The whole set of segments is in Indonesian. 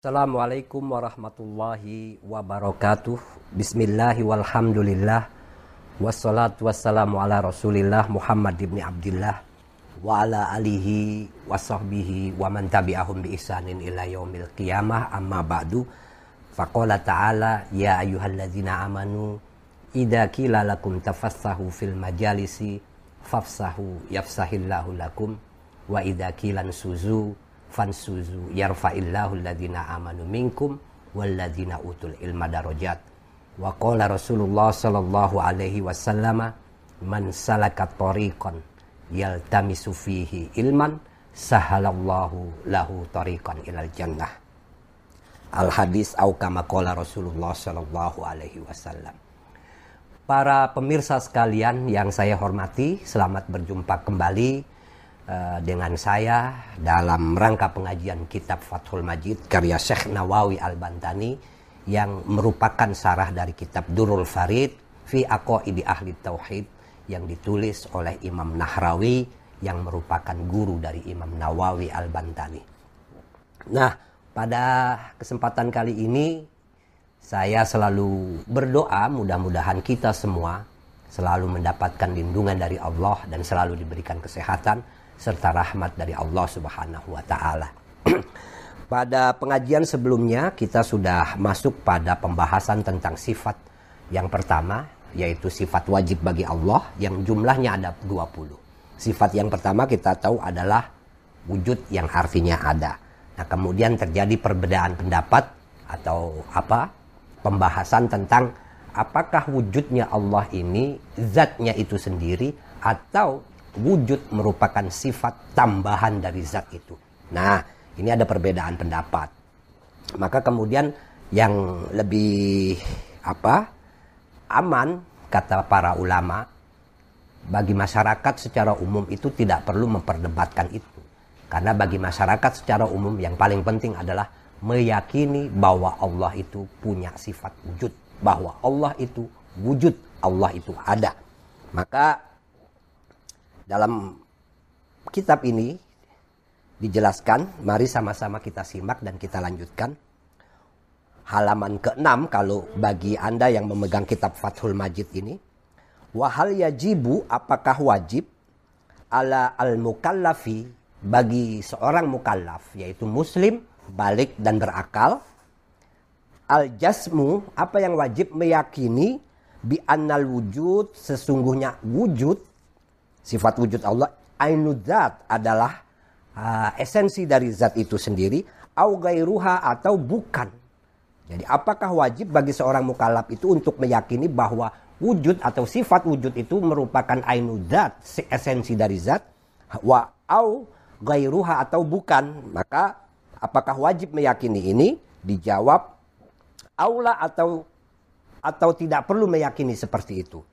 Assalamualaikum warahmatullahi wabarakatuh. Bismillahi walhamdulillah. Wassalatu wassalamu ala rasulillah Muhammad ibn Abdillah wa ala alihi wa sahbihi wa man tabi'ahum bi ihsanin ila yaumil qiyamah, amma ba'du. Faqala ta'ala ya ayyuhalladzina amanu idza qila lakum tafassahu fil majalisi fafsahu yafsahillahu lakum wa idza qila suzu fansuzu yarfa'illahu alladhina amanu minkum walladhina utul ilma darajat. Wa qala Rasulullah sallallahu alaihi wasallam man salaka tariqan yaltamisu fihi ilman sahalallahu lahu tariqan ilal jannah. Al hadis au kama qala Rasulullah sallallahu alaihi wasallam. Para pemirsa sekalian yang saya hormati, selamat berjumpa kembali dengan saya dalam rangka pengajian kitab Fathul Majid karya Syekh Nawawi Al-Bantani yang merupakan sarah dari kitab Durrul Farid fi Aqaidi Ahli Tauhid yang ditulis oleh Imam Nahrawi yang merupakan guru dari Imam Nawawi Al-Bantani. Nah, pada kesempatan kali ini saya selalu berdoa mudah-mudahan kita semua selalu mendapatkan lindungan dari Allah dan selalu diberikan kesehatan serta rahmat dari Allah Subhanahu wa taala. Pada pengajian sebelumnya kita sudah masuk pada pembahasan tentang sifat yang pertama, yaitu sifat wajib bagi Allah yang jumlahnya ada 20. Sifat yang pertama kita tahu adalah wujud yang artinya ada. Nah, kemudian terjadi perbedaan pendapat atau pembahasan tentang apakah wujudnya Allah ini zatnya itu sendiri atau wujud merupakan sifat tambahan dari zat itu. Nah, ini ada perbedaan pendapat. Maka kemudian yang lebih aman kata para ulama bagi masyarakat secara umum itu tidak perlu memperdebatkan itu. Karena bagi masyarakat secara umum yang paling penting adalah meyakini bahwa Allah itu punya sifat wujud, bahwa Allah itu wujud, Allah itu ada. Maka dalam kitab ini dijelaskan, mari sama-sama kita simak dan kita lanjutkan. Halaman ke-6 kalau bagi Anda yang memegang kitab Fathul Majid ini. Wahal yajibu, apakah wajib ala al-mukallafi bagi seorang mukallaf, yaitu muslim, balik dan berakal. Al-jasmu, apa yang wajib meyakini bi annal wujud, sesungguhnya wujud, sifat wujud Allah, ainud zat adalah esensi dari zat itu sendiri, au gairuha atau bukan. Jadi apakah wajib bagi seorang mukallaf itu untuk meyakini bahwa wujud atau sifat wujud itu merupakan ainud zat, esensi dari zat, wa au gairuha atau bukan. Maka apakah wajib meyakini ini? Dijawab aula atau tidak perlu meyakini seperti itu.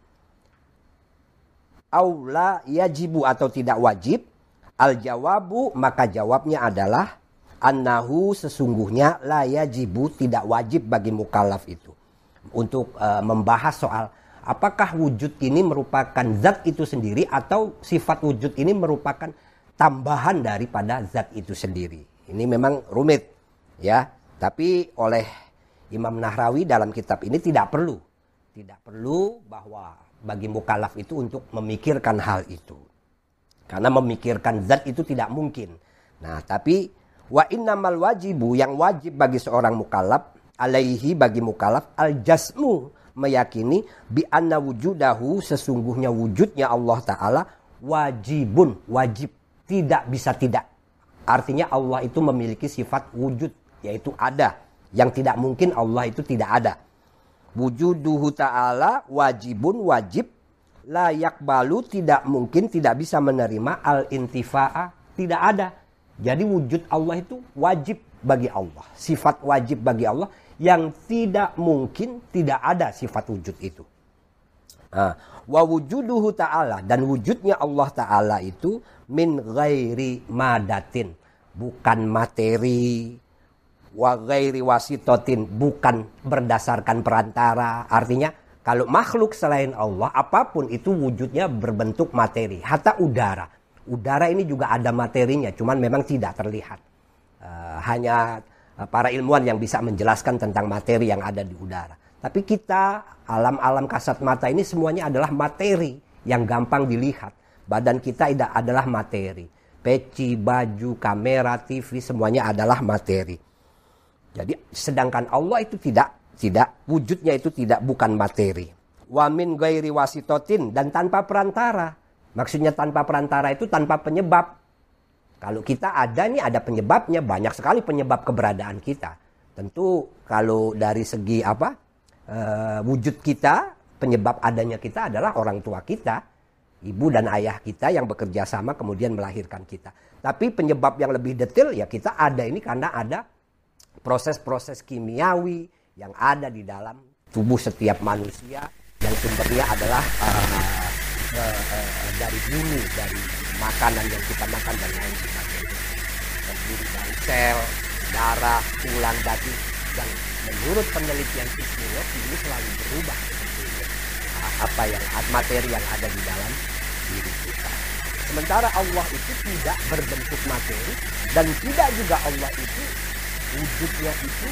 Aula yajibu atau tidak wajib. Al jawabu, maka jawabnya adalah annahu, sesungguhnya la yajibu, tidak wajib bagi mukallaf itu untuk membahas soal apakah wujud ini merupakan zat itu sendiri atau sifat wujud ini merupakan tambahan daripada zat itu sendiri. Ini memang rumit ya, tapi oleh Imam Nahrawi dalam kitab ini tidak perlu bahwa bagi mukallaf itu untuk memikirkan hal itu. Karena memikirkan zat itu tidak mungkin. Nah, tapi wa innamal wajibu, yang wajib bagi seorang mukallaf, alaihi bagi mukallaf, al-jasmu, meyakini bi anna wujudahu, sesungguhnya wujudnya Allah Ta'ala wajibun, wajib, tidak bisa tidak. Artinya Allah itu memiliki sifat wujud, yaitu ada. Yang tidak mungkin Allah itu tidak ada. Wujuduhu ta'ala wajibun, wajib, la yakbalu, tidak mungkin, tidak bisa menerima, al-intifa'a, tidak ada. Jadi wujud Allah itu wajib bagi Allah, sifat wajib bagi Allah yang tidak mungkin tidak ada sifat wujud itu. Wa wujuduhu ta'ala, dan wujudnya Allah Ta'ala itu min ghairi madatin, bukan materi, wa ghairi wasitotin, bukan berdasarkan perantara. Artinya kalau makhluk selain Allah apapun itu wujudnya berbentuk materi. Hatta udara ini juga ada materinya, cuman memang tidak terlihat. Hanya para ilmuwan yang bisa menjelaskan tentang materi yang ada di udara. Tapi kita, alam-alam kasat mata ini semuanya adalah materi yang gampang dilihat. Badan kita adalah materi. Peci, baju, kamera, TV, semuanya adalah materi. Jadi sedangkan Allah itu tidak, wujudnya itu bukan materi. Wa min ghairi wasitotin, dan tanpa perantara. Maksudnya tanpa perantara itu tanpa penyebab. Kalau kita ada penyebabnya, banyak sekali penyebab keberadaan kita. Tentu kalau dari segi wujud kita, penyebab adanya kita adalah orang tua kita, ibu dan ayah kita yang bekerja sama kemudian melahirkan kita. Tapi penyebab yang lebih detail ya kita ada ini karena ada proses-proses kimiawi yang ada di dalam tubuh setiap manusia yang sumbernya adalah dari bumi, dari makanan yang kita makan dan lain sebagainya. Terdiri dari sel, darah, tulang, daging yang menurut penelitian fisiologi ini selalu berubah. Materi yang ada di dalam diri kita. Sementara Allah itu tidak berbentuk materi dan tidak juga Allah itu wujudnya itu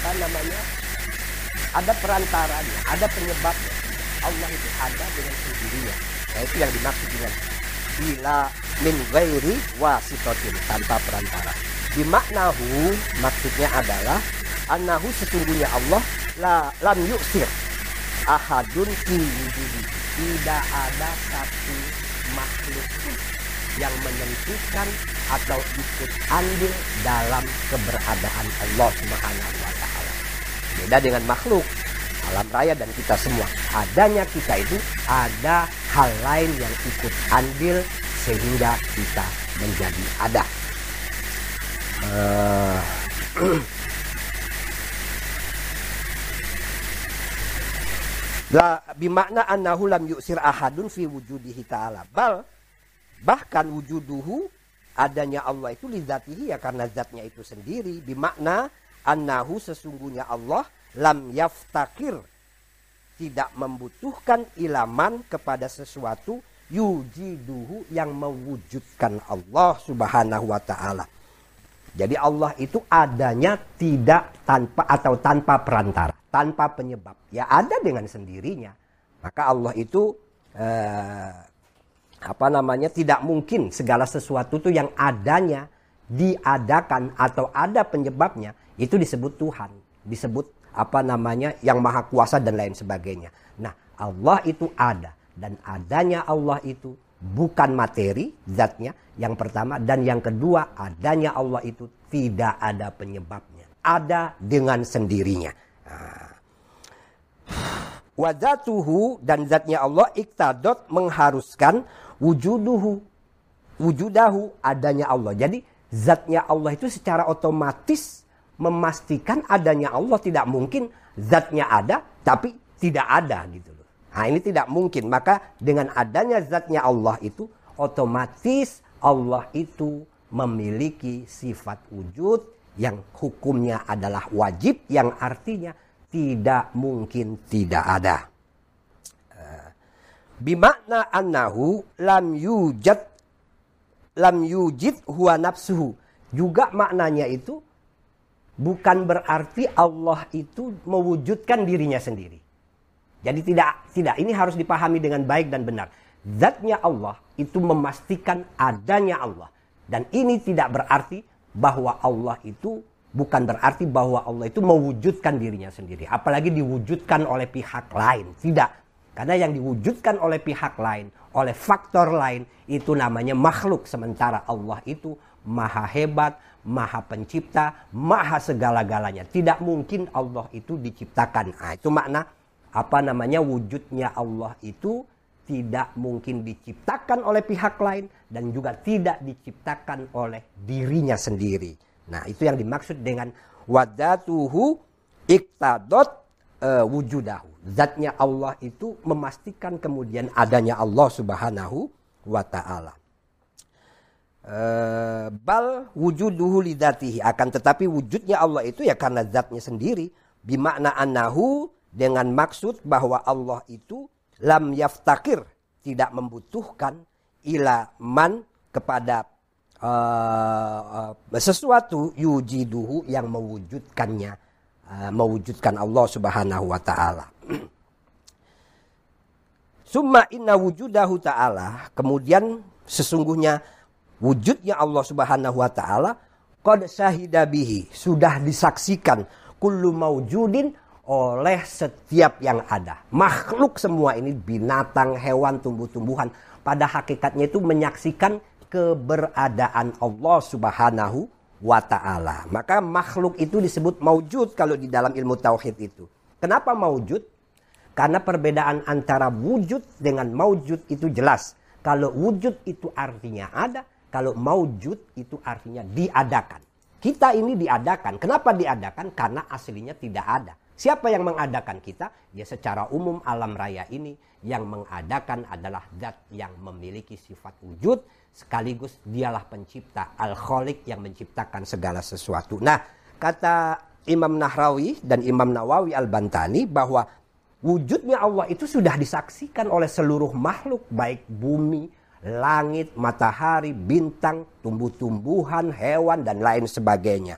ada perantaranya, ada penyebabnya. Allah itu ada dengan sendirinya. Nah, itu yang dimaksud dengan bila min ghairi wasitotin, tanpa perantara. Bimaknahu, maksudnya adalah annahu, sesungguhnya Allah lam yu'sir ahadun fi wujudi. Tidak ada satu makhluk yang menentukan atau ikut andil dalam keberadaan Allah Subhanahu wa ta'ala. Beda dengan makhluk alam raya dan kita semua. Adanya kita itu ada hal lain yang ikut andil sehingga kita menjadi ada. Bimakna annahu lam yu'sir ahadun fi wujudihi ta'ala. Bahkan wujuduhu, adanya Allah itu li zatihi, ya karena zatnya itu sendiri. Bimakna annahu, sesungguhnya Allah lam yaftakir, tidak membutuhkan ilaman kepada sesuatu yujiduhu, yang mewujudkan Allah Subhanahu wa ta'ala. Jadi Allah itu adanya tidak tanpa perantara, tanpa penyebab. Ya ada dengan sendirinya. Maka Allah itu tidak mungkin segala sesuatu itu yang adanya diadakan atau ada penyebabnya itu disebut Tuhan, disebut yang maha kuasa dan lain sebagainya. Nah, Allah itu ada, dan adanya Allah itu bukan materi zatnya, yang pertama, dan yang kedua, adanya Allah itu tidak ada penyebabnya, ada dengan sendirinya. Wadzatuhu, dan zatnya Allah iktadot, mengharuskan wujudahu, adanya Allah. Jadi zatnya Allah itu secara otomatis memastikan adanya Allah. Tidak mungkin zatnya ada tapi tidak ada gitu loh. Nah, ini tidak mungkin. Maka dengan adanya zatnya Allah itu otomatis Allah itu memiliki sifat wujud yang hukumnya adalah wajib, yang artinya tidak mungkin tidak ada. Bimakna annahu lam yujid huwa nafsuhu. Juga maknanya itu bukan berarti Allah itu mewujudkan dirinya sendiri. Jadi tidak, ini harus dipahami dengan baik dan benar. Zatnya Allah itu memastikan adanya Allah. Dan ini tidak berarti bahwa Allah itu, bukan berarti bahwa Allah itu mewujudkan dirinya sendiri. Apalagi diwujudkan oleh pihak lain. Tidak. Karena yang diwujudkan oleh pihak lain, oleh faktor lain, itu namanya makhluk. Sementara Allah itu maha hebat, maha pencipta, maha segala-galanya. Tidak mungkin Allah itu diciptakan. Nah, itu makna wujudnya Allah itu tidak mungkin diciptakan oleh pihak lain dan juga tidak diciptakan oleh dirinya sendiri. Nah, itu yang dimaksud dengan wadatuhu iktadot wujudahu. Zatnya Allah itu memastikan kemudian adanya Allah Subhanahu wa ta'ala. Bal wujuduhu lidatihi, akan tetapi wujudnya Allah itu ya karena zatnya sendiri. Bimakna annahu, dengan maksud bahwa Allah itu lam yaftakir, tidak membutuhkan ila man, kepada sesuatu yujiduhu yang mewujudkannya, mewujudkan Allah Subhanahu wa taala. Summa inna wujudahu ta'ala, kemudian sesungguhnya wujudnya Allah Subhanahu wa taala qad syahida bihi, sudah disaksikan kullu maujudin, oleh setiap yang ada. Makhluk semua ini, binatang, hewan, tumbuh-tumbuhan, pada hakikatnya itu menyaksikan keberadaan Allah Subhanahu wa taala. Maka makhluk itu disebut maujud kalau di dalam ilmu tauhid itu. Kenapa maujud? Karena perbedaan antara wujud dengan maujud itu jelas. Kalau wujud itu artinya ada, kalau maujud itu artinya diadakan. Kita ini diadakan. Kenapa diadakan? Karena aslinya tidak ada. Siapa yang mengadakan kita? Ya secara umum alam raya ini yang mengadakan adalah zat yang memiliki sifat wujud, sekaligus dialah pencipta, Al-Khaliq yang menciptakan segala sesuatu. Nah, kata Imam Nahrawi dan Imam Nawawi Al-Bantani bahwa wujudnya Allah itu sudah disaksikan oleh seluruh makhluk, baik bumi, langit, matahari, bintang, tumbuh-tumbuhan, hewan, dan lain sebagainya.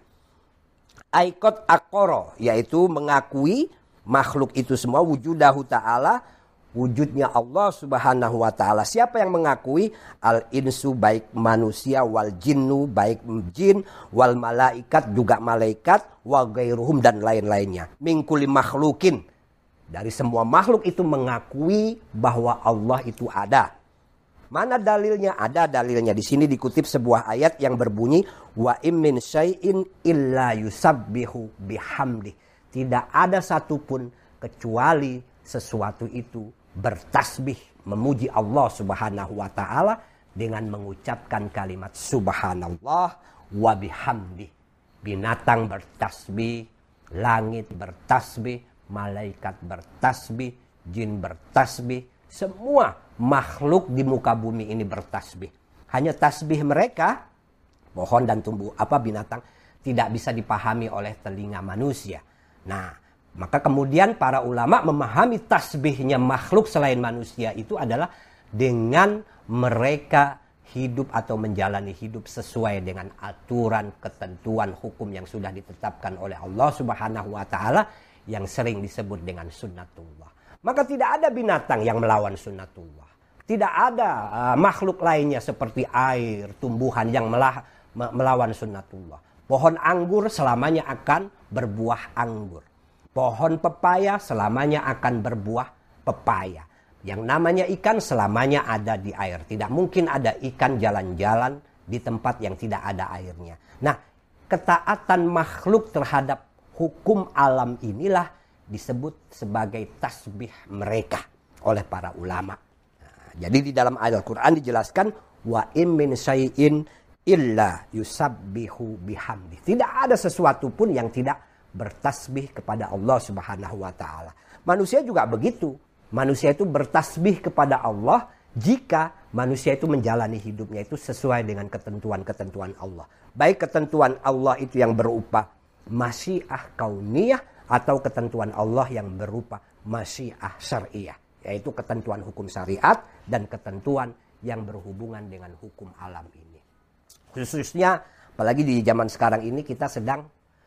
Aikot akoro, yaitu mengakui makhluk itu semua wujudahu ta'ala, wujudnya Allah Subhanahu wa ta'ala. Siapa yang mengakui? Al-insu, baik manusia, wal jinnu, baik jin, wal malaikat, juga malaikat, wa gairuhum, dan lain-lainnya. Mingkuli makhlukin, dari semua makhluk itu mengakui bahwa Allah itu ada. Mana dalilnya? Ada dalilnya. Di sini dikutip sebuah ayat yang berbunyi, wa im min syai'in illa yusabbihu bihamdi. Tidak ada satupun kecuali sesuatu itu bertasbih, memuji Allah Subhanahu wa taala dengan mengucapkan kalimat subhanallah wa bihamdi. Binatang bertasbih, langit bertasbih, malaikat bertasbih, jin bertasbih, semua makhluk di muka bumi ini bertasbih. Hanya tasbih mereka, pohon dan binatang, tidak bisa dipahami oleh telinga manusia. Nah, maka kemudian para ulama memahami tasbihnya makhluk selain manusia itu adalah dengan mereka hidup atau menjalani hidup sesuai dengan aturan, ketentuan, hukum yang sudah ditetapkan oleh Allah Subhanahu wa taala yang sering disebut dengan sunnatullah. Maka tidak ada binatang yang melawan sunnatullah. Tidak ada makhluk lainnya seperti air, tumbuhan yang melawan sunnatullah. Pohon anggur selamanya akan berbuah anggur. Pohon pepaya selamanya akan berbuah pepaya. Yang namanya ikan selamanya ada di air. Tidak mungkin ada ikan jalan-jalan di tempat yang tidak ada airnya. Nah, ketaatan makhluk terhadap hukum alam inilah disebut sebagai tasbih mereka oleh para ulama. Nah, jadi di dalam ayat Al-Quran dijelaskan wa im min syai'in illa yusabbihu bihamdi. Tidak ada sesuatu pun yang tidak bertasbih kepada Allah Subhanahu wa taala. Manusia juga begitu. Manusia itu bertasbih kepada Allah jika manusia itu menjalani hidupnya itu sesuai dengan ketentuan-ketentuan Allah. Baik ketentuan Allah itu yang berupa masyiah kauniyah atau ketentuan Allah yang berupa masyiah syariah, yaitu ketentuan hukum syariat dan ketentuan yang berhubungan dengan hukum alam ini. Khususnya apalagi di zaman sekarang ini kita sedang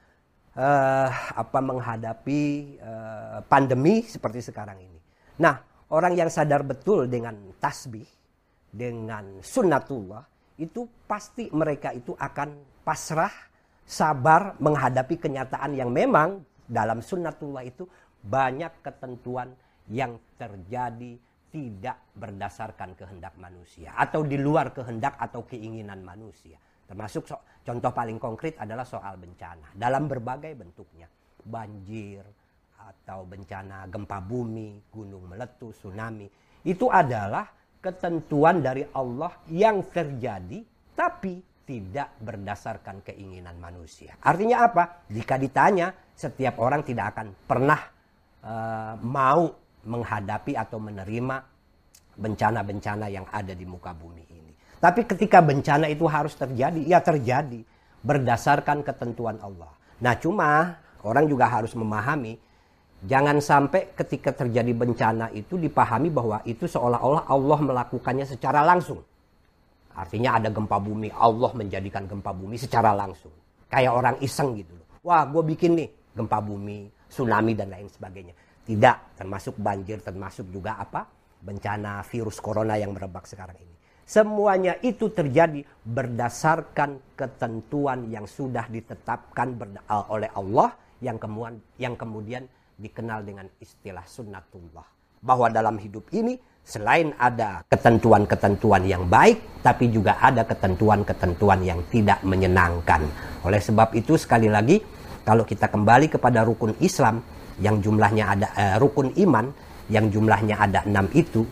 menghadapi pandemi seperti sekarang ini. Nah, orang yang sadar betul dengan tasbih, dengan sunnatullah, itu pasti mereka itu akan pasrah, sabar menghadapi kenyataan yang memang dalam sunnatullah itu banyak ketentuan yang terjadi tidak berdasarkan kehendak manusia atau di luar kehendak atau keinginan manusia. Termasuk contoh paling konkret adalah soal bencana dalam berbagai bentuknya. Banjir atau bencana gempa bumi, gunung meletus, tsunami. Itu adalah ketentuan dari Allah yang terjadi tapi tidak berdasarkan keinginan manusia. Artinya apa? Jika ditanya, setiap orang tidak akan pernah mau menghadapi atau menerima bencana-bencana yang ada di muka bumi ini. Tapi ketika bencana itu harus terjadi, ya terjadi berdasarkan ketentuan Allah. Nah, cuma orang juga harus memahami, jangan sampai ketika terjadi bencana itu dipahami bahwa itu seolah-olah Allah melakukannya secara langsung. Artinya ada gempa bumi, Allah menjadikan gempa bumi secara langsung. Kayak orang iseng gitu loh. Wah, gue bikin nih gempa bumi, tsunami dan lain sebagainya. Tidak, termasuk banjir, termasuk juga apa? Bencana virus corona yang merebak sekarang ini. Semuanya itu terjadi berdasarkan ketentuan yang sudah ditetapkan oleh Allah yang kemudian dikenal dengan istilah sunnatullah. Bahwa dalam hidup ini selain ada ketentuan-ketentuan yang baik, tapi juga ada ketentuan-ketentuan yang tidak menyenangkan. Oleh sebab itu sekali lagi, kalau kita kembali kepada rukun Islam yang jumlahnya ada rukun iman yang jumlahnya ada 6 itu,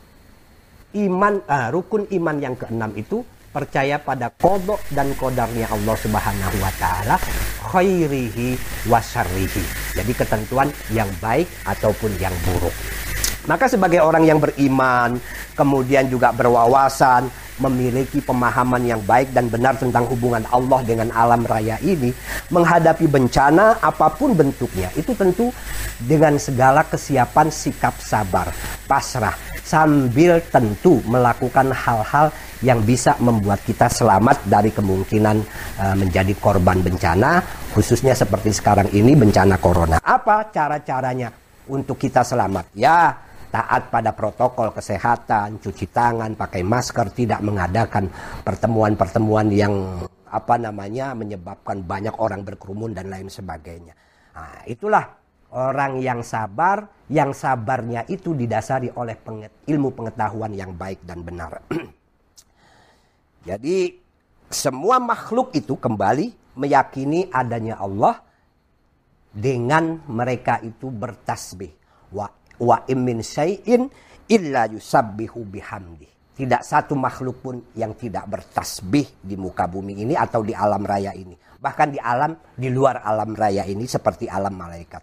rukun iman yang ke-6 itu percaya pada qada dan qadarnya Allah Subhanahu wa taala, khairihi wa syarrihi. Jadi ketentuan yang baik ataupun yang buruk. Maka sebagai orang yang beriman, kemudian juga berwawasan, memiliki pemahaman yang baik dan benar tentang hubungan Allah dengan alam raya ini, menghadapi bencana apapun bentuknya, itu tentu dengan segala kesiapan sikap sabar, pasrah, sambil tentu melakukan hal-hal yang bisa membuat kita selamat dari kemungkinan menjadi korban bencana, khususnya seperti sekarang ini bencana corona. Apa cara-caranya untuk kita selamat? Ya, taat pada protokol kesehatan, cuci tangan, pakai masker, tidak mengadakan pertemuan-pertemuan yang menyebabkan banyak orang berkerumun dan lain sebagainya. Nah, itulah orang yang sabar, yang sabarnya itu didasari oleh ilmu pengetahuan yang baik dan benar. Jadi semua makhluk itu kembali meyakini adanya Allah dengan mereka itu bertasbih. Wa min syai'in illa yusabbihu bihamdi. Tidak satu makhluk pun yang tidak bertasbih di muka bumi ini atau di alam raya ini. Bahkan di luar alam raya ini seperti alam malaikat.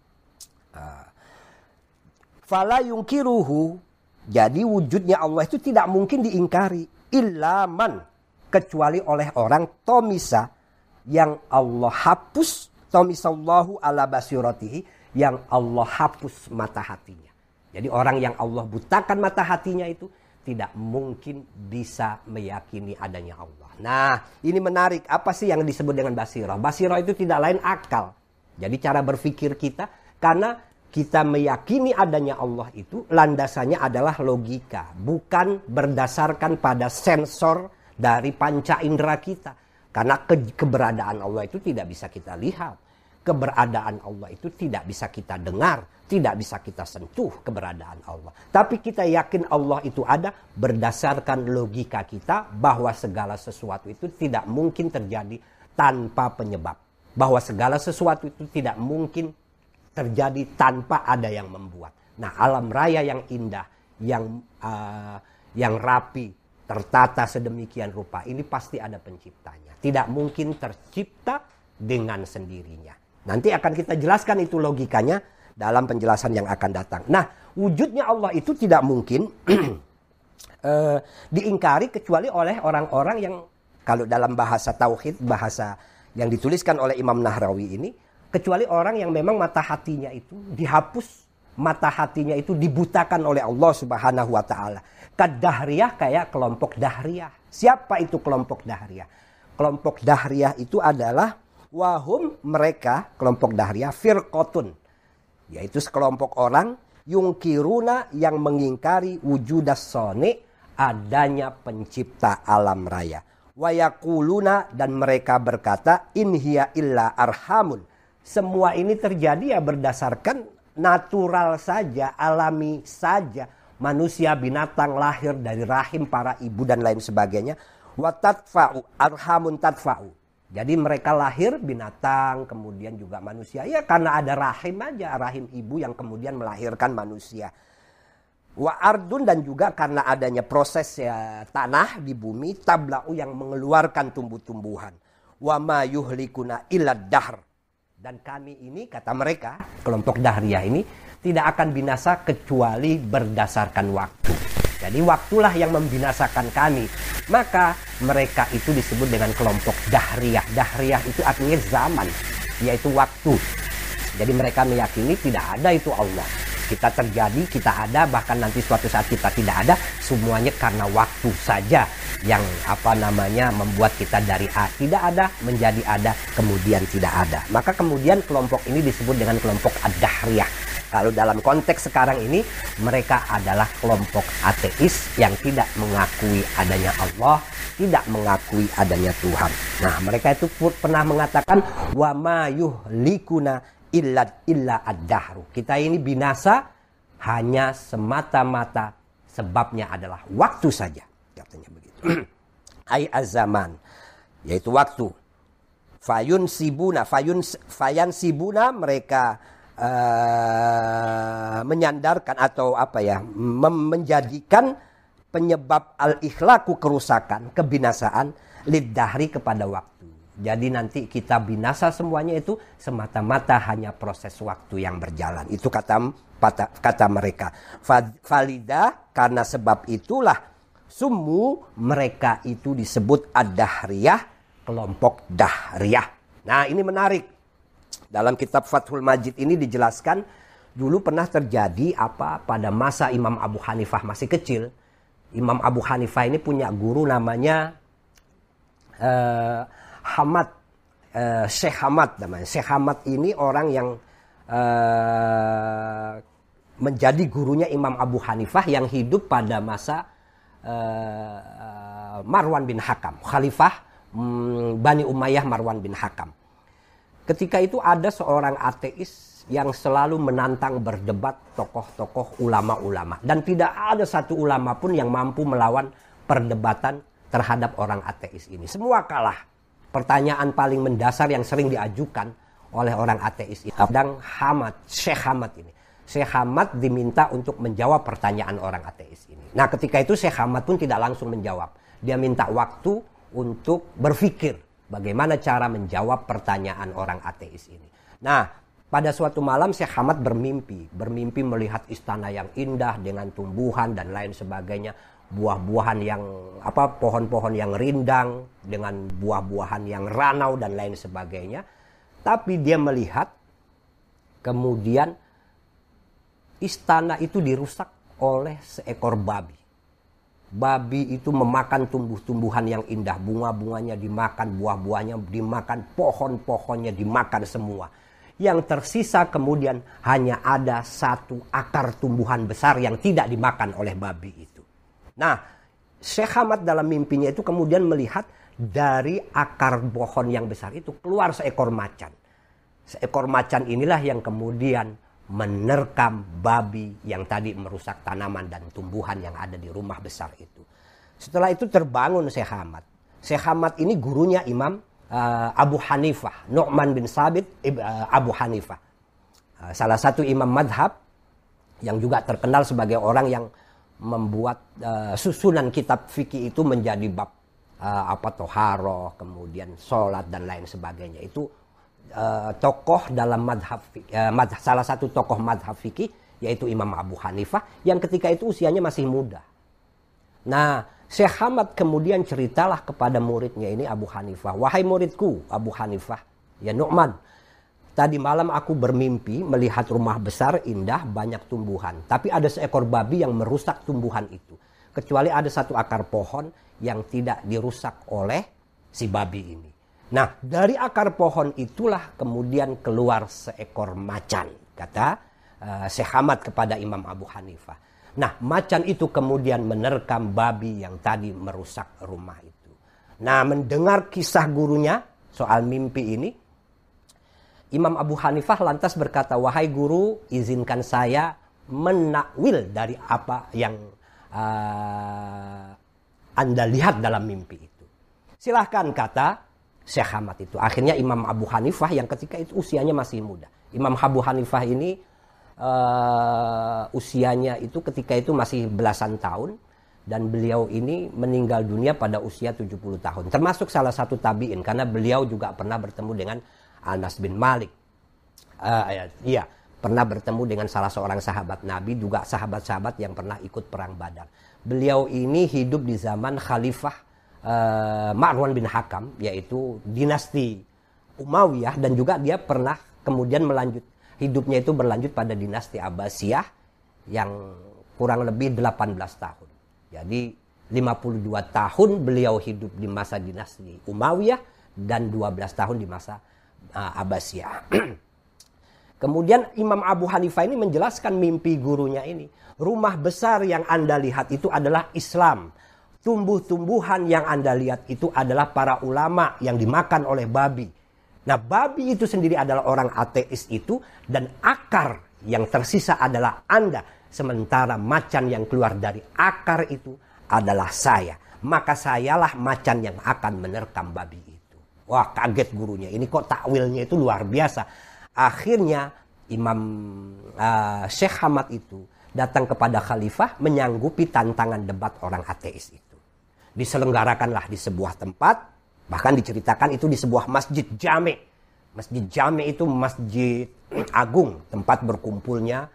Fala yungkiruhu. Jadi wujudnya Allah itu tidak mungkin diingkari. Illa man. Kecuali oleh orang tomisa yang Allah hapus. Tomisallahu ala basiratihi. Yang Allah hapus mata hatinya. Jadi orang yang Allah butakan mata hatinya itu tidak mungkin bisa meyakini adanya Allah. Nah, ini menarik. Apa sih yang disebut dengan basirah? Basirah itu tidak lain akal. Jadi cara berpikir kita, karena kita meyakini adanya Allah itu landasannya adalah logika, bukan berdasarkan pada sensor dari panca indera kita. Karena keberadaan Allah itu tidak bisa kita lihat. Keberadaan Allah itu tidak bisa kita dengar, tidak bisa kita sentuh keberadaan Allah. Tapi kita yakin Allah itu ada berdasarkan logika kita bahwa segala sesuatu itu tidak mungkin terjadi tanpa penyebab. Bahwa segala sesuatu itu tidak mungkin terjadi tanpa ada yang membuat. Nah, alam raya yang indah, yang rapi, tertata sedemikian rupa, ini pasti ada penciptanya. Tidak mungkin tercipta dengan sendirinya. Nanti akan kita jelaskan itu logikanya dalam penjelasan yang akan datang. Nah, wujudnya Allah itu tidak mungkin diingkari kecuali oleh orang-orang yang, kalau dalam bahasa tauhid, bahasa yang dituliskan oleh Imam Nahrawi ini, kecuali orang yang memang mata hatinya itu dihapus, mata hatinya itu dibutakan oleh Allah Subhanahu wa taala. Kadahriyah, kayak kelompok Dahriyah. Siapa itu kelompok Dahriyah? Kelompok Dahriyah itu adalah wahum, mereka kelompok Dahriyah firqotun, yaitu sekelompok orang yungkiruna yang mengingkari wujudas soni, adanya pencipta alam raya. Wayakuluna, dan mereka berkata in hiya illa arhamun. Semua ini terjadi ya berdasarkan natural saja, alami saja. Manusia, binatang lahir dari rahim para ibu dan lain sebagainya. Wa tadfa'u arhamun tadfa'u. Jadi mereka lahir binatang, kemudian juga manusia. Ya karena ada rahim aja, rahim ibu yang kemudian melahirkan manusia. Wa ardun, dan juga karena adanya proses tanah di bumi, tabla'u, yang mengeluarkan tumbuh-tumbuhan. Wa ma yuhlikuna illa dahr. Dan kami ini, kata mereka, kelompok Dahriyah ini, tidak akan binasa kecuali berdasarkan waktu. Jadi waktulah yang membinasakan kami. Maka mereka itu disebut dengan kelompok Dahriyah. Dahriyah itu artinya zaman, yaitu waktu. Jadi mereka meyakini tidak ada itu Allah. Kita terjadi, kita ada, bahkan nanti suatu saat kita tidak ada, semuanya karena waktu saja yang membuat kita dari tidak ada menjadi ada, kemudian tidak ada. Maka kemudian kelompok ini disebut dengan kelompok ad-dahriyah. Kalau dalam konteks sekarang ini, mereka adalah kelompok ateis yang tidak mengakui adanya Allah, tidak mengakui adanya Tuhan. Nah, mereka itu pernah mengatakan, wa ma yuhlikuna illa ad-dahru. Kita ini binasa hanya semata-mata sebabnya adalah waktu saja, katanya begitu. Ai az-zaman, yaitu waktu. Fayansibuna mereka menyandarkan atau menjadikan penyebab al-ikhlaku kerusakan, kebinasaan liddahri kepada waktu. Jadi nanti kita binasa semuanya itu semata-mata hanya proses waktu yang berjalan. Itu kata mereka. Falida, karena sebab itulah mereka itu disebut ad-dahriyah, kelompok dahriyah. Nah, ini menarik. Dalam kitab Fathul Majid ini dijelaskan dulu pernah terjadi pada masa Imam Abu Hanifah masih kecil. Imam Abu Hanifah ini punya guru namanya Hamad, Syekh Hamad namanya. Syekh Hamad ini orang yang menjadi gurunya Imam Abu Hanifah yang hidup pada masa Marwan bin Hakam, Khalifah Bani Umayyah Marwan bin Hakam. Ketika itu ada seorang ateis yang selalu menantang berdebat tokoh-tokoh ulama-ulama. Dan tidak ada satu ulama pun yang mampu melawan perdebatan terhadap orang ateis ini. Semua kalah. Pertanyaan paling mendasar yang sering diajukan oleh orang ateis ini. Dan Syekh Hamad ini. Syekh Hamad diminta untuk menjawab pertanyaan orang ateis ini. Nah, ketika itu Syekh Hamad pun tidak langsung menjawab. Dia minta waktu untuk berpikir bagaimana cara menjawab pertanyaan orang ateis ini. Nah, pada suatu malam Syekh Hamad bermimpi melihat istana yang indah dengan tumbuhan dan lain sebagainya, buah-buahan yang pohon-pohon yang rindang dengan buah-buahan yang ranau dan lain sebagainya. Tapi dia melihat kemudian istana itu dirusak oleh seekor babi. Babi itu memakan tumbuh-tumbuhan yang indah, bunga-bunganya dimakan, buah-buahnya dimakan, pohon-pohonnya dimakan semua. Yang tersisa kemudian hanya ada satu akar tumbuhan besar yang tidak dimakan oleh babi itu. Nah, Syekh Hamad dalam mimpinya itu kemudian melihat dari akar pohon yang besar itu keluar seekor macan. Seekor macan inilah yang kemudian menerkam babi yang tadi merusak tanaman dan tumbuhan yang ada di rumah besar itu. Setelah itu terbangun Syekh Hamad. Syekh Hamad ini gurunya Imam Abu Hanifah, Nu'man bin Sabit Abu Hanifah. Salah satu imam madhab yang juga terkenal sebagai orang yang membuat susunan kitab fikih itu menjadi bab toharoh, kemudian sholat dan lain sebagainya. Itu tokoh dalam salah satu tokoh madhab fikih yaitu Imam Abu Hanifah yang ketika itu usianya masih muda. Nah, Syekh Hamad kemudian ceritalah kepada muridnya ini Abu Hanifah, wahai muridku Abu Hanifah, ya Nu'man, tadi malam aku bermimpi melihat rumah besar indah banyak tumbuhan, tapi ada seekor babi yang merusak tumbuhan itu, kecuali ada satu akar pohon yang tidak dirusak oleh si babi ini. Nah, dari akar pohon itulah kemudian keluar seekor macan, kata Syekh Hamad kepada Imam Abu Hanifah. Nah, macan itu kemudian menerkam babi yang tadi merusak rumah itu. Nah, mendengar kisah gurunya soal mimpi ini, Imam Abu Hanifah lantas berkata, wahai guru, izinkan saya menakwil dari apa yang Anda lihat dalam mimpi itu. Silahkan, kata Syekh Hamad itu. Akhirnya Imam Abu Hanifah yang ketika itu usianya masih muda. Imam Abu Hanifah ini usianya itu ketika itu masih belasan tahun. Dan beliau ini meninggal dunia pada usia 70 tahun. Termasuk salah satu tabi'in. Karena beliau juga pernah bertemu dengan Anas bin Malik. Pernah bertemu dengan salah seorang sahabat Nabi. Juga sahabat-sahabat yang pernah ikut perang Badar. Beliau ini hidup di zaman Khalifah Marwan bin Hakam, yaitu dinasti Umayyah, dan juga dia pernah kemudian hidupnya itu berlanjut pada dinasti Abbasiyah yang kurang lebih 18 tahun. Jadi 52 tahun beliau hidup di masa dinasti Umayyah dan 12 tahun di masa Abbasiyah. Kemudian Imam Abu Hanifah ini menjelaskan mimpi gurunya ini. Rumah besar yang Anda lihat itu adalah Islam. Tumbuh-tumbuhan yang Anda lihat itu adalah para ulama yang dimakan oleh babi. Nah, babi itu sendiri adalah orang ateis itu, dan akar yang tersisa adalah Anda. Sementara macan yang keluar dari akar itu adalah saya. Maka sayalah macan yang akan menerkam babi itu. Wah, kaget gurunya. Ini kok takwilnya itu luar biasa. Akhirnya Imam Syekh Hamad itu datang kepada khalifah menyanggupi tantangan debat orang ateis itu. Diselenggarakanlah di sebuah tempat, bahkan diceritakan itu di sebuah masjid jami. Masjid jami itu masjid agung, tempat berkumpulnya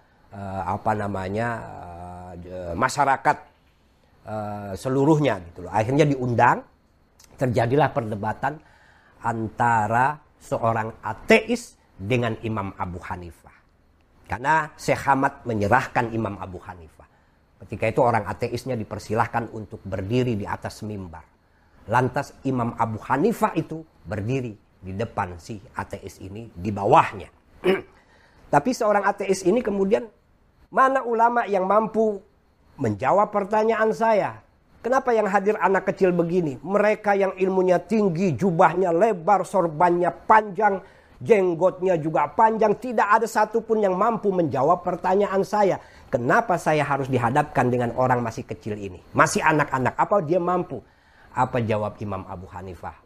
masyarakat seluruhnya gitu loh. Akhirnya diundang, terjadilah perdebatan antara seorang ateis dengan Imam Abu Hanifah. Karena Syekh Hamad menyerahkan Imam Abu Hanifah. Ketika itu orang ateisnya dipersilahkan untuk berdiri di atas mimbar. Lantas Imam Abu Hanifah itu berdiri di depan si ateis ini, di bawahnya. Tapi seorang ateis ini kemudian, mana ulama yang mampu menjawab pertanyaan saya? Kenapa yang hadir anak kecil begini? Mereka yang ilmunya tinggi, jubahnya lebar, sorbannya panjang, jenggotnya juga panjang. Tidak ada satupun yang mampu menjawab pertanyaan saya. Kenapa saya harus dihadapkan dengan orang masih kecil ini? Masih anak-anak. Apa dia mampu? Apa jawab Imam Abu Hanifah?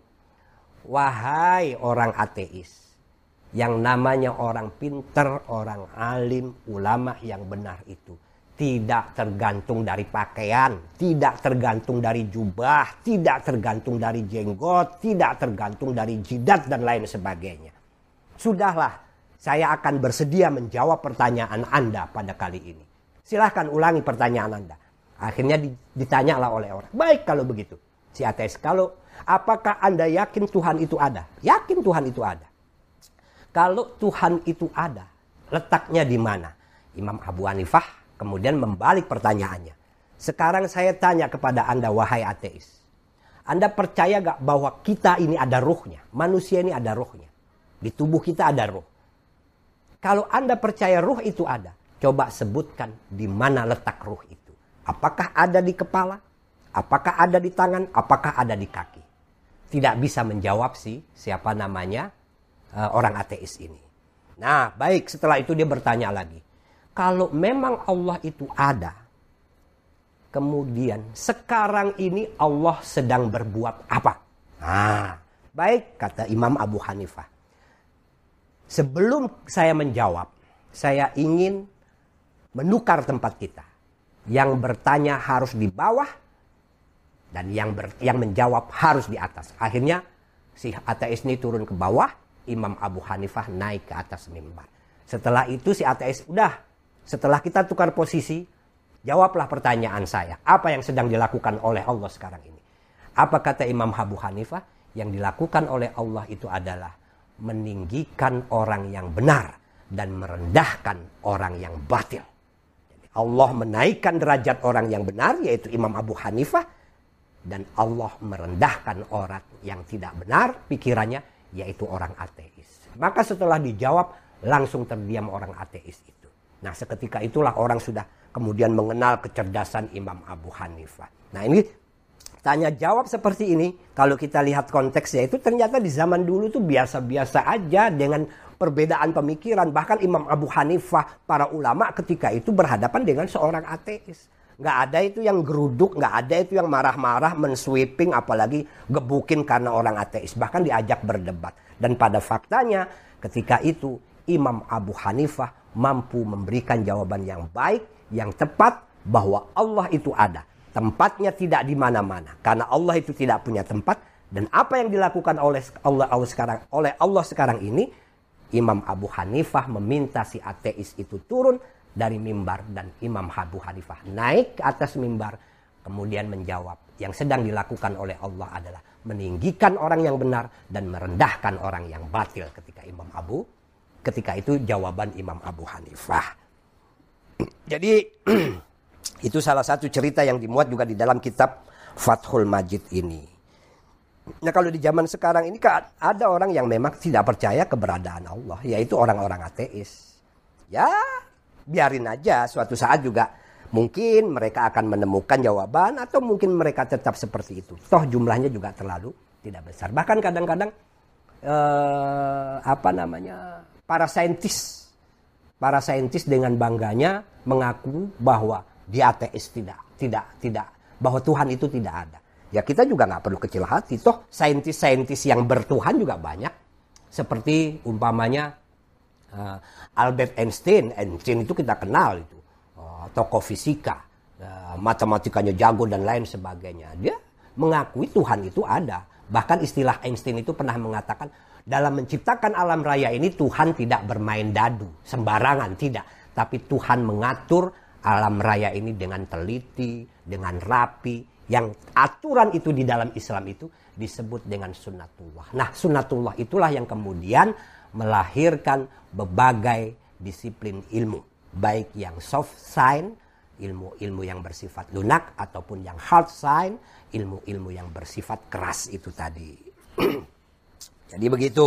Wahai orang ateis, yang namanya orang pinter, orang alim, ulama yang benar itu tidak tergantung dari pakaian, tidak tergantung dari jubah, tidak tergantung dari jenggot, tidak tergantung dari jidat dan lain sebagainya. Sudahlah, saya akan bersedia menjawab pertanyaan Anda pada kali ini. Silahkan ulangi pertanyaan Anda. Akhirnya ditanyalah oleh orang. Baik kalau begitu. Si ateis, apakah Anda yakin Tuhan itu ada? Yakin Tuhan itu ada. Kalau Tuhan itu ada, letaknya di mana? Imam Abu Hanifah kemudian membalik pertanyaannya. Sekarang saya tanya kepada Anda, wahai ateis. Anda percaya gak bahwa kita ini ada ruhnya? Manusia ini ada ruhnya. Di tubuh kita ada ruh. Kalau Anda percaya ruh itu ada, coba sebutkan di mana letak ruh itu. Apakah ada di kepala? Apakah ada di tangan? Apakah ada di kaki? Tidak bisa menjawab siapa namanya orang ateis ini. Nah, baik, setelah itu dia bertanya lagi. Kalau memang Allah itu ada, kemudian sekarang ini Allah sedang berbuat apa? Nah, baik, kata Imam Abu Hanifah. Sebelum saya menjawab, saya ingin menukar tempat kita. Yang bertanya harus di bawah dan yang menjawab harus di atas. Akhirnya si ateis ini turun ke bawah, Imam Abu Hanifah naik ke atas mimbar. Setelah itu si ateis, setelah kita tukar posisi, jawablah pertanyaan saya. Apa yang sedang dilakukan oleh Allah sekarang ini? Apa kata Imam Abu Hanifah? Yang dilakukan oleh Allah itu adalah meninggikan orang yang benar dan merendahkan orang yang batil. Jadi Allah menaikkan derajat orang yang benar, yaitu Imam Abu Hanifah, dan Allah merendahkan orang yang tidak benar pikirannya, yaitu orang ateis. Maka setelah dijawab, langsung terdiam orang ateis itu. Nah, seketika itulah orang sudah kemudian mengenal kecerdasan Imam Abu Hanifah. Nah, ini tanya jawab seperti ini, kalau kita lihat konteksnya itu ternyata di zaman dulu tuh biasa-biasa aja dengan perbedaan pemikiran. Bahkan Imam Abu Hanifah, para ulama ketika itu berhadapan dengan seorang ateis. Nggak ada itu yang geruduk, nggak ada itu yang marah-marah, mensweeping, apalagi gebukin karena orang ateis. Bahkan diajak berdebat. Dan pada faktanya ketika itu Imam Abu Hanifah mampu memberikan jawaban yang baik, yang tepat, bahwa Allah itu ada. Tempatnya tidak di mana-mana. Karena Allah itu tidak punya tempat. Dan apa yang dilakukan oleh Allah sekarang ini, Imam Abu Hanifah meminta si ateis itu turun dari mimbar, dan Imam Abu Hanifah naik ke atas mimbar, kemudian menjawab yang sedang dilakukan oleh Allah adalah meninggikan orang yang benar dan merendahkan orang yang batil. Ketika itu jawaban Imam Abu Hanifah. Jadi itu salah satu cerita yang dimuat juga di dalam kitab Fathul Majid ini. Nah kalau di zaman sekarang ini ada orang yang memang tidak percaya keberadaan Allah, yaitu orang-orang ateis. Ya biarin aja, suatu saat juga mungkin mereka akan menemukan jawaban atau mungkin mereka tetap seperti itu. Toh jumlahnya juga terlalu tidak besar. Bahkan kadang-kadang para saintis dengan bangganya mengaku bahwa dia ateis, tidak bahwa Tuhan itu tidak ada. Ya kita juga nggak perlu kecil hati. Toh saintis-saintis yang bertuhan juga banyak. Seperti umpamanya Albert Einstein. Einstein itu kita kenal itu. Tokoh fisika. Matematikanya jago dan lain sebagainya. Dia mengakui Tuhan itu ada. Bahkan istilah Einstein itu pernah mengatakan dalam menciptakan alam raya ini Tuhan tidak bermain dadu. Sembarangan, tidak. Tapi Tuhan mengatur alam raya ini dengan teliti, dengan rapi. Yang aturan itu di dalam Islam itu disebut dengan sunnatullah. Nah sunnatullah itulah yang kemudian melahirkan berbagai disiplin ilmu. Baik yang soft science, ilmu-ilmu yang bersifat lunak, ataupun yang hard science, ilmu-ilmu yang bersifat keras itu tadi. Jadi begitu.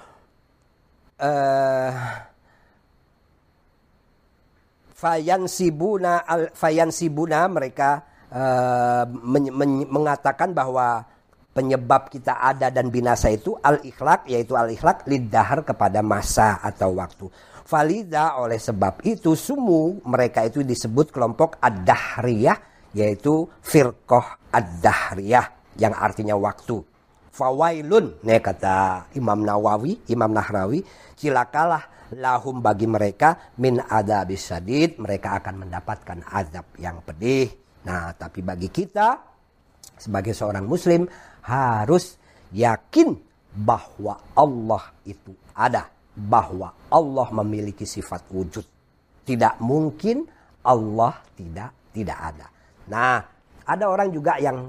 Fayansibuna mereka mengatakan bahwa penyebab kita ada dan binasa itu al-ikhlaq, yaitu al-ikhlaq lidahar kepada masa atau waktu. Falida oleh sebab itu sumu mereka itu disebut kelompok ad-dahriyah, yaitu firqah ad-dahriyah yang artinya waktu. Fawailun, kata Imam Nahrawi, cilakalah lahum bagi mereka min adzabis syadid, mereka akan mendapatkan azab yang pedih. Nah, tapi bagi kita sebagai seorang muslim harus yakin bahwa Allah itu ada, bahwa Allah memiliki sifat wujud. Tidak mungkin Allah tidak ada. Nah, ada orang juga yang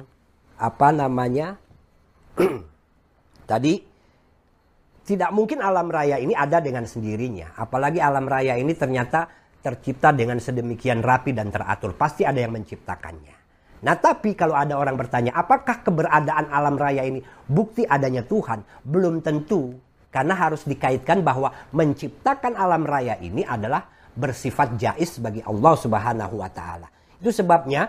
tadi tidak mungkin alam raya ini ada dengan sendirinya. Apalagi alam raya ini ternyata tercipta dengan sedemikian rapi dan teratur. Pasti ada yang menciptakannya. Nah tapi kalau ada orang bertanya, apakah keberadaan alam raya ini bukti adanya Tuhan? Belum tentu. Karena harus dikaitkan bahwa menciptakan alam raya ini adalah bersifat jaiz bagi Allah Subhanahu wa Ta'ala. Itu sebabnya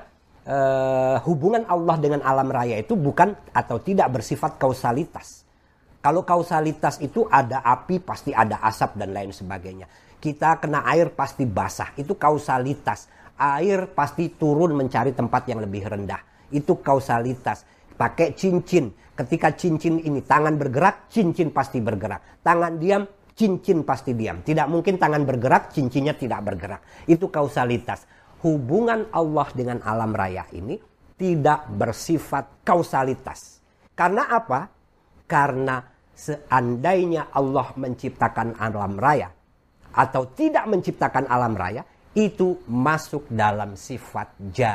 hubungan Allah dengan alam raya itu bukan atau tidak bersifat kausalitas. Kalau kausalitas itu ada api pasti ada asap dan lain sebagainya. Kita kena air pasti basah. Itu kausalitas. Air pasti turun mencari tempat yang lebih rendah. Itu kausalitas. Pakai cincin. Ketika cincin ini tangan bergerak, cincin pasti bergerak. Tangan diam, cincin pasti diam. Tidak mungkin tangan bergerak, cincinnya tidak bergerak. Itu kausalitas. Hubungan Allah dengan alam raya ini tidak bersifat kausalitas. Karena apa? Karena seandainya Allah menciptakan alam raya atau tidak menciptakan alam raya, itu masuk dalam sifat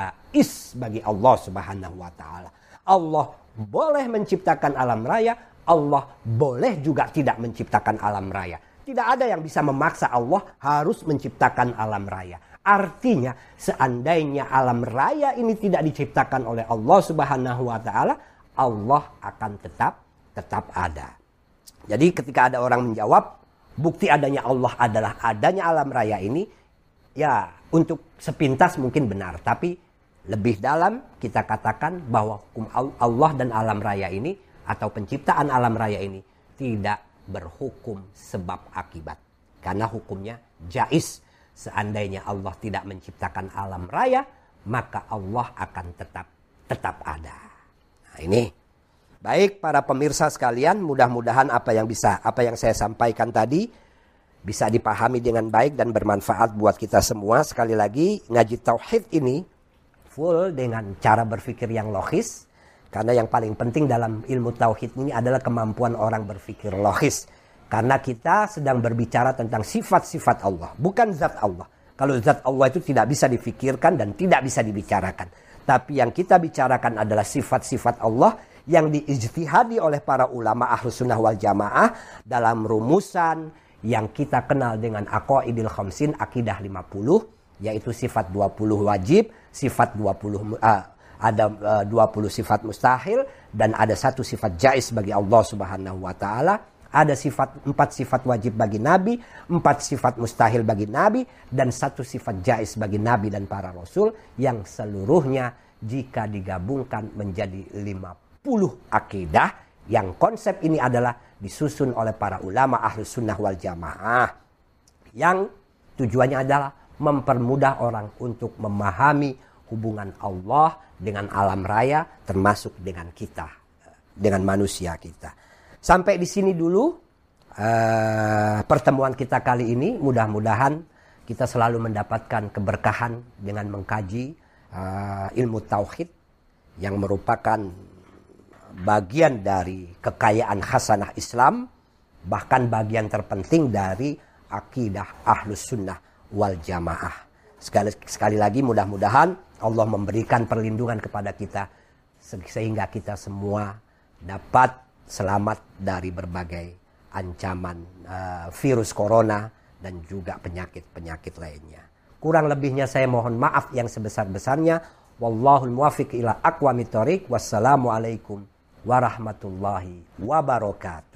jaiz bagi Allah Subhanahu wa Ta'ala. Allah boleh menciptakan alam raya, Allah boleh juga tidak menciptakan alam raya. Tidak ada yang bisa memaksa Allah harus menciptakan alam raya. Artinya seandainya alam raya ini tidak diciptakan oleh Allah Subhanahu wa Ta'ala, Allah akan tetap ada. Jadi ketika ada orang menjawab bukti adanya Allah adalah adanya alam raya ini, ya untuk sepintas mungkin benar. Tapi lebih dalam kita katakan bahwa hukum Allah dan alam raya ini atau penciptaan alam raya ini tidak berhukum sebab akibat. Karena hukumnya jaiz. Seandainya Allah tidak menciptakan alam raya, maka Allah akan tetap ada. Nah ini. Baik para pemirsa sekalian, mudah-mudahan apa yang saya sampaikan tadi bisa dipahami dengan baik dan bermanfaat buat kita semua. Sekali lagi, ngaji tauhid ini full dengan cara berpikir yang logis. Karena yang paling penting dalam ilmu tauhid ini adalah kemampuan orang berpikir logis. Karena kita sedang berbicara tentang sifat-sifat Allah, bukan zat Allah. Kalau zat Allah itu tidak bisa difikirkan dan tidak bisa dibicarakan. Tapi yang kita bicarakan adalah sifat-sifat Allah yang diijtihadi oleh para ulama Ahlus Sunnah wal Jamaah dalam rumusan yang kita kenal dengan Aqaidil Khamsin, Akidah 50, yaitu sifat 20 wajib, sifat 20 ada 20 sifat mustahil, dan ada 1 sifat jaiz bagi Allah Subhanahu wa taala. Ada 4 sifat wajib bagi Nabi, 4 sifat mustahil bagi Nabi, dan 1 sifat jaiz bagi Nabi dan para Rasul, yang seluruhnya jika digabungkan menjadi 50 akidah, yang konsep ini adalah disusun oleh para ulama Ahlus Sunnah wal Jamaah, yang tujuannya adalah mempermudah orang untuk memahami hubungan Allah dengan alam raya, termasuk dengan kita, dengan manusia kita. Sampai di sini dulu pertemuan kita kali ini. Mudah-mudahan kita selalu mendapatkan keberkahan dengan mengkaji ilmu tauhid, yang merupakan bagian dari kekayaan khasanah Islam, bahkan bagian terpenting dari akidah Ahlus Sunnah wal Jamaah. Sekali lagi mudah-mudahan Allah memberikan perlindungan kepada kita sehingga kita semua dapat selamat dari berbagai ancaman virus corona dan juga penyakit-penyakit lainnya. Kurang lebihnya saya mohon maaf yang sebesar-besarnya. Wallahul muwaffiq ila aqwamit thoriq. Wassalamualaikum warahmatullahi wabarakatuh.